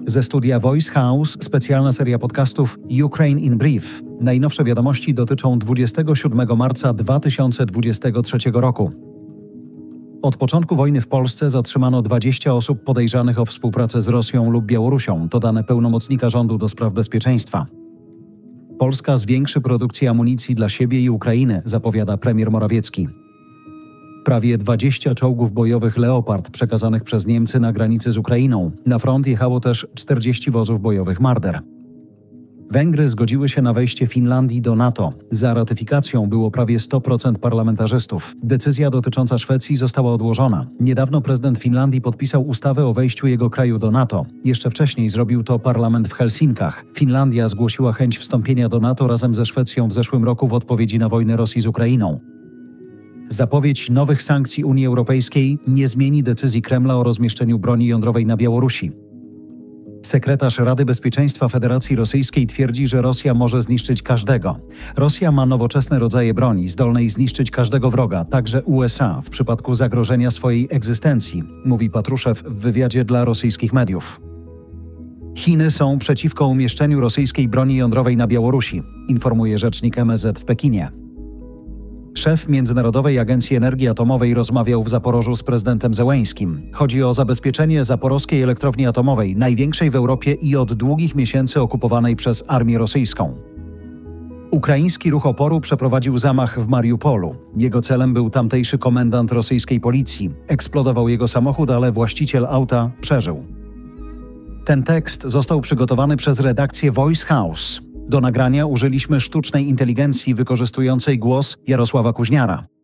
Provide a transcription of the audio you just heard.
Ze studia Voice House specjalna seria podcastów Ukraine in Brief. Najnowsze wiadomości dotyczą 27 marca 2023 roku. Od początku wojny w Polsce zatrzymano 20 osób podejrzanych o współpracę z Rosją lub Białorusią. To dane pełnomocnika rządu do spraw bezpieczeństwa. Polska zwiększy produkcję amunicji dla siebie i Ukrainy, zapowiada premier Morawiecki. Prawie 20 czołgów bojowych Leopard przekazanych przez Niemcy na granicy z Ukrainą. Na front jechało też 40 wozów bojowych Marder. Węgry zgodziły się na wejście Finlandii do NATO. Za ratyfikacją było prawie 100% parlamentarzystów. Decyzja dotycząca Szwecji została odłożona. Niedawno prezydent Finlandii podpisał ustawę o wejściu jego kraju do NATO. Jeszcze wcześniej zrobił to parlament w Helsinkach. Finlandia zgłosiła chęć wstąpienia do NATO razem ze Szwecją w zeszłym roku w odpowiedzi na wojnę Rosji z Ukrainą. Zapowiedź nowych sankcji Unii Europejskiej nie zmieni decyzji Kremla o rozmieszczeniu broni jądrowej na Białorusi. Sekretarz Rady Bezpieczeństwa Federacji Rosyjskiej twierdzi, że Rosja może zniszczyć każdego. Rosja ma nowoczesne rodzaje broni, zdolnej zniszczyć każdego wroga, także USA, w przypadku zagrożenia swojej egzystencji, mówi Patruszew w wywiadzie dla rosyjskich mediów. Chiny są przeciwko umieszczeniu rosyjskiej broni jądrowej na Białorusi, informuje rzecznik MSZ w Pekinie. Szef Międzynarodowej Agencji Energii Atomowej rozmawiał w Zaporożu z prezydentem Zełeńskim. Chodzi o zabezpieczenie Zaporoskiej Elektrowni Atomowej, największej w Europie i od długich miesięcy okupowanej przez armię rosyjską. Ukraiński ruch oporu przeprowadził zamach w Mariupolu. Jego celem był tamtejszy komendant rosyjskiej policji. Eksplodował jego samochód, ale właściciel auta przeżył. Ten tekst został przygotowany przez redakcję Voice House. Do nagrania użyliśmy sztucznej inteligencji wykorzystującej głos Jarosława Kuźniara.